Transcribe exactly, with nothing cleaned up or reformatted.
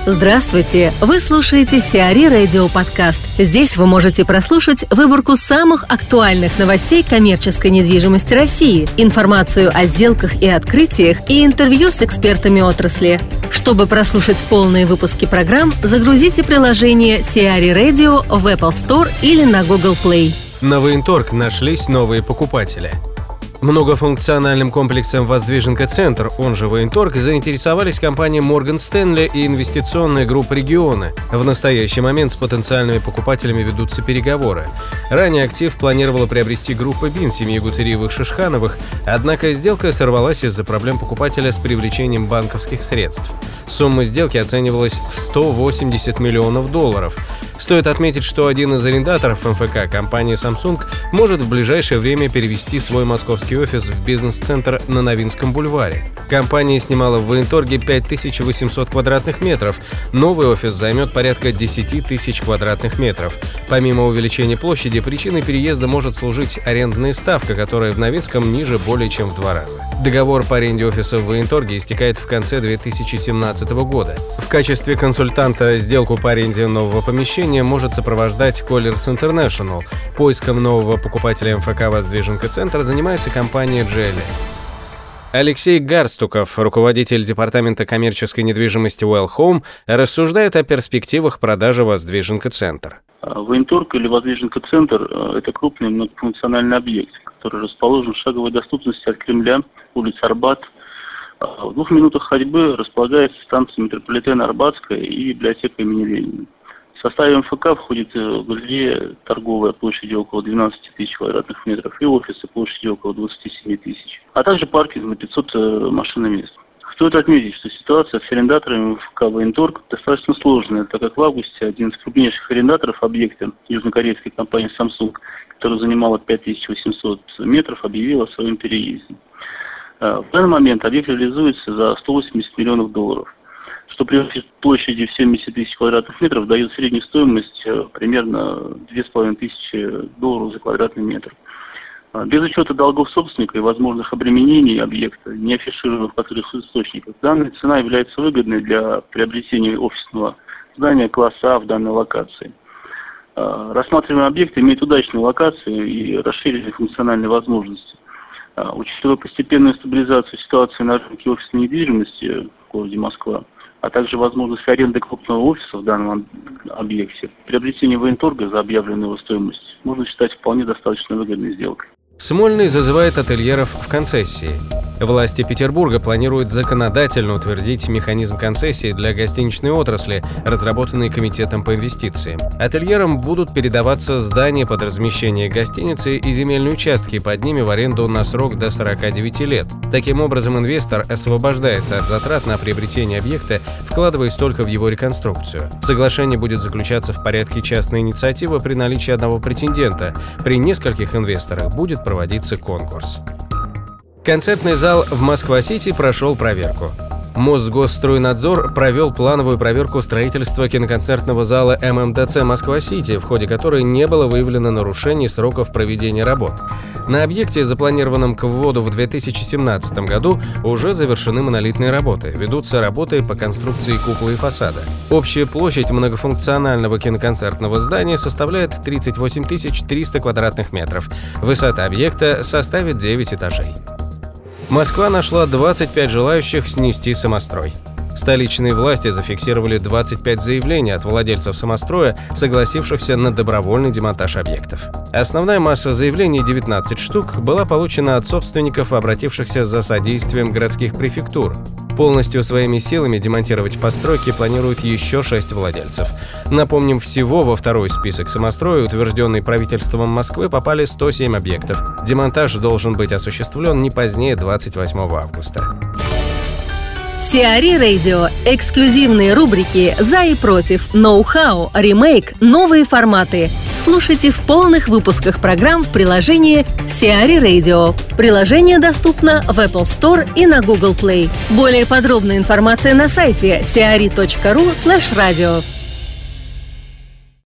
Здравствуйте! Вы слушаете Сиари Радио Подкаст. Здесь вы можете прослушать выборку самых актуальных новостей коммерческой недвижимости России, информацию о сделках и открытиях и интервью с экспертами отрасли. Чтобы прослушать полные выпуски программ, загрузите приложение Сиари Radio в Apple Store или на Google Play. На Военторг нашлись новые покупатели. Многофункциональным комплексом «Воздвиженка-центр», он же Военторг, заинтересовались компания Morgan Stanley и инвестиционная группа «Регионы». В настоящий момент с потенциальными покупателями ведутся переговоры. Ранее актив планировала приобрести группа БИН семьи Гуцериевых-Шишхановых, однако сделка сорвалась из-за проблем покупателя с привлечением банковских средств. Сумма сделки оценивалась в сто восемьдесят миллионов долларов. Стоит отметить, что один из арендаторов эм эф ка, компания Samsung, может в ближайшее время перевести свой московский офис в бизнес-центр на Новинском бульваре. Компания снимала в Военторге пять тысяч восемьсот квадратных метров. Новый офис займет порядка десять тысяч квадратных метров. Помимо увеличения площади, причиной переезда может служить арендная ставка, которая в Новинском ниже более чем в два раза. Договор по аренде офиса в Военторге истекает в конце две тысячи семнадцатого года. В качестве консультанта сделку по аренде нового помещения может сопровождать Colliers International. Поиском нового покупателя эм эф ка «Воздвиженка-центр» занимается компания Джелли. Алексей Гарстуков, руководитель департамента коммерческой недвижимости Well Home, рассуждает о перспективах продажи «Воздвиженка-центр». Военторг или «Воздвиженка-центр» – это крупный многофункциональный объект, который расположен в шаговой доступности от Кремля, улиц Арбат. В двух минутах ходьбы располагается станция метрополитена Арбатская и библиотека имени Ленина. В составе эм эф ка входит галерея торговая площадью около двенадцать тысяч квадратных метров и офисы площадью около двадцать семь тысяч, а также паркинг на пятьсот машин мест. Стоит отметить, что ситуация с арендаторами эм эф ка «Военторг» достаточно сложная, так как в августе один из крупнейших арендаторов объекта, южнокорейской компании Samsung, которая занимала пять тысяч восемьсот метров, объявила о своем переезде. В данный момент объект реализуется за сто восемьдесят миллионов долларов, что при площади в семьдесят тысяч квадратных метров дает среднюю стоимость примерно две с половиной тысячи долларов за квадратный метр. Без учета долгов собственника и возможных обременений объекта, не афишированных в открытых источниках, данная цена является выгодной для приобретения офисного здания класса А в данной локации. Рассматриваемый объект имеет удачную локацию и расширенные функциональные возможности. Учитывая постепенную стабилизацию ситуации на рынке офисной недвижимости в городе Москва, а также возможность аренды крупного офиса в данном объекте, приобретение Военторга за объявленную его стоимость можно считать вполне достаточно выгодной сделкой. Смольный зазывает ательеров в концессии. Власти Петербурга планируют законодательно утвердить механизм концессии для гостиничной отрасли, разработанный Комитетом по инвестициям. Ательерам будут передаваться здания под размещение гостиницы и земельные участки под ними в аренду на срок до сорока девяти лет. Таким образом, инвестор освобождается от затрат на приобретение объекта, вкладываясь только в его реконструкцию. Соглашение будет заключаться в порядке частной инициативы при наличии одного претендента. При нескольких инвесторах будет проводиться конкурс. Концертный зал в Москва-Сити прошел проверку. Мосгосстройнадзор провел плановую проверку строительства киноконцертного зала эм эм дэ цэ Москва-Сити, в ходе которой не было выявлено нарушений сроков проведения работ. На объекте, запланированном к вводу в две тысячи семнадцатом году, уже завершены монолитные работы. Ведутся работы по конструкции купола и фасада. Общая площадь многофункционального киноконцертного здания составляет тридцать восемь тысяч триста квадратных метров. Высота объекта составит девять этажей. Москва нашла двадцать пять желающих снести самострой. Столичные власти зафиксировали двадцать пять заявлений от владельцев самостроя, согласившихся на добровольный демонтаж объектов. Основная масса заявлений, девятнадцать штук, была получена от собственников, обратившихся за содействием городских префектур. Полностью своими силами демонтировать постройки планируют еще шесть владельцев. Напомним, всего во второй список самостроя, утвержденный правительством Москвы, попали сто семь объектов. Демонтаж должен быть осуществлен не позднее двадцать восьмого августа. Сиари Radio. Эксклюзивные рубрики «За и против», «Ноу-хау», «Ремейк», «Новые форматы». Слушайте в полных выпусках программ в приложении Сиари Radio. Приложение доступно в Apple Store и на Google Play. Более подробная информация на сайте сиари точка ру слэш радио.